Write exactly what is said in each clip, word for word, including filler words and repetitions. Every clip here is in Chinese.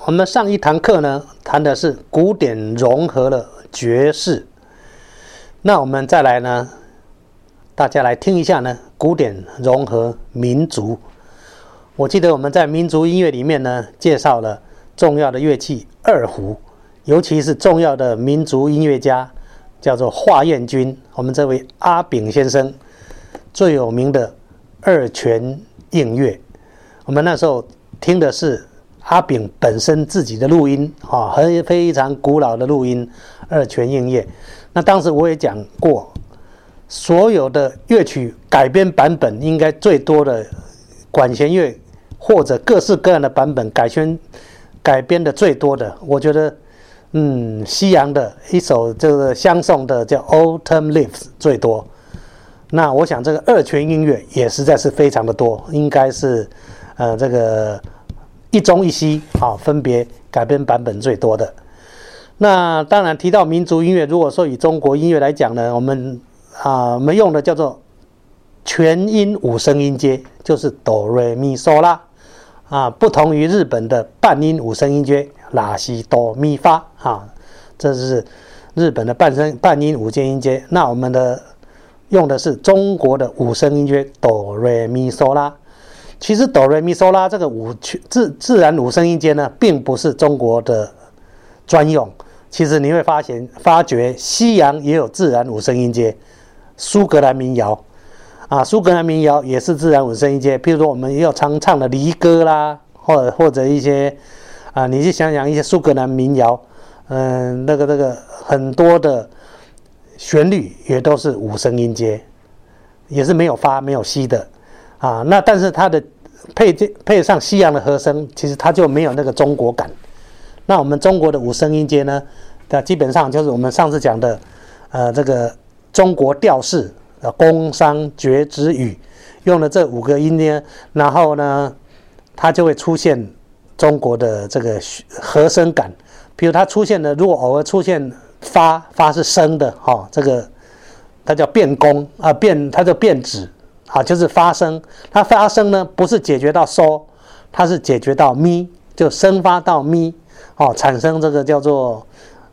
我们上一堂课呢，谈的是古典融合了爵士。那我们再来呢，大家来听一下呢，古典融合民族。我记得我们在民族音乐里面呢，介绍了重要的乐器二胡，尤其是重要的民族音乐家叫做华彦钧，我们这位阿炳先生最有名的二泉映月。我们那时候听的是阿炳本身自己的录音，啊，很非常古老的录音二泉映月。那当时我也讲过，所有的乐曲改编版本应该最多的管弦乐或者各式各样的版本改编改编的最多的，我觉得嗯，西洋的一首这个相送的叫 Autumn Leaves 最多。那我想这个二泉映月也实在是非常的多，应该是呃这个一中一西啊，分别改编版本最多的。那当然提到民族音乐，如果说以中国音乐来讲呢，我们啊、呃、我们用的叫做全音五声音阶，就是哆瑞咪嗦拉啊，不同于日本的半音五声音阶拉西哆咪发啊，这是日本的半声半音五声音阶。那我们的用的是中国的五声音阶哆瑞咪嗦拉。其实哆瑞咪嗦拉这个五自自然五声音阶呢，并不是中国的专用。其实你会发现发觉西洋也有自然五声音阶，苏格兰民谣啊，苏格兰民谣也是自然五声音阶。譬如说我们也有常唱的离歌啦，或者或者一些啊，你去想想一些苏格兰民谣，嗯，那个那个很多的旋律也都是五声音阶，也是没有发没有西的啊。那但是它的配配上西洋的和声，其实它就没有那个中国感。那我们中国的五声音阶呢，那基本上就是我们上次讲的，呃，这个中国调式，呃，宫商角徵羽，用了这五个音呢，然后呢，它就会出现中国的这个和声感。比如它出现的，如果偶尔出现发，发是升的，哈、哦，这个它叫变宫啊，变它叫变指啊，就是发声。它发声呢，不是解决到嗦，它是解决到咪，就升发到咪。哦，产生这个叫做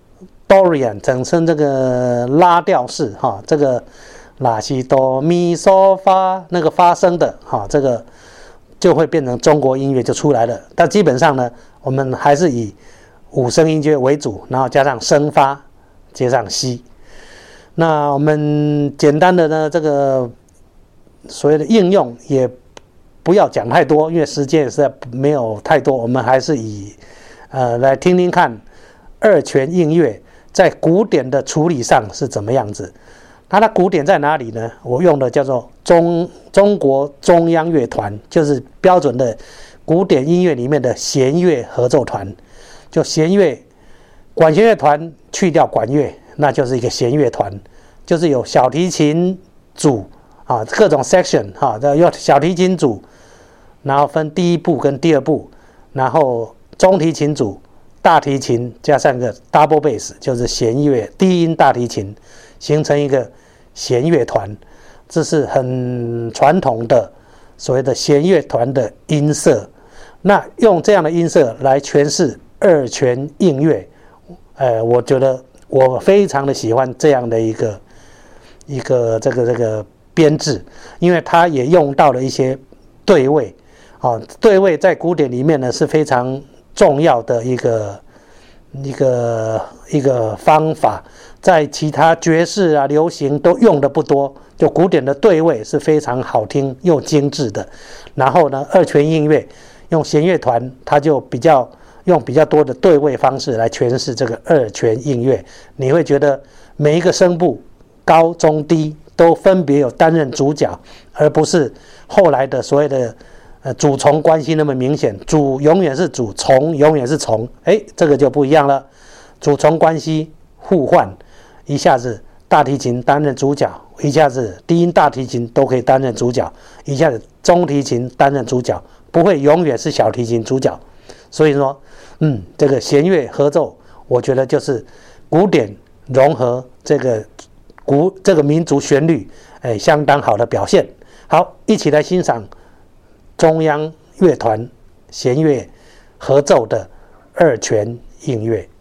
Dorian， 产生这个拉调式哈、哦，这个拉西哆咪嗦发那个发声的哈、哦，这个就会变成中国音乐就出来了。但基本上呢，我们还是以五声音阶为主，然后加上升发，接上西。那我们简单的呢，这个所谓的应用也不要讲太多，因为时间也实在没有太多，我们还是以呃，来听听看二泉映月在古典的处理上是怎么样子。那它古典在哪里呢？我用的叫做中中国中央乐团，就是标准的古典音乐里面的弦乐合奏团。就弦乐管弦乐团去掉管乐，那就是一个弦乐团，就是有小提琴组啊，各种 section 哈、啊，有小提琴组，然后分第一部跟第二部，然后中提琴组、大提琴加上个 double bass， 就是弦乐低音大提琴，形成一个弦乐团。这是很传统的所谓的弦乐团的音色。那用这样的音色来诠释二泉映月，呃，我觉得我非常的喜欢这样的一个一个这个这个编制，因为它也用到了一些对位。哦，对位在古典里面呢是非常重要的一个一个一个方法，在其他爵士啊、流行都用的不多。就古典的对位是非常好听又精致的。然后呢，二泉映月用弦乐团，它就比较用比较多的对位方式来诠释这个二泉映月。你会觉得每一个声部高、中、低都分别有担任主角，而不是后来的所谓的呃，主从关系那么明显，主永远是主，从永远是从，哎，这个就不一样了。主从关系互换，一下子大提琴担任主角，一下子低音大提琴都可以担任主角，一下子中提琴担任主角，不会永远是小提琴主角。所以说，嗯，这个弦乐合奏，我觉得就是古典融合这个古这个民族旋律，哎，相当好的表现。好，一起来欣赏中央乐团弦乐合奏的二泉映月。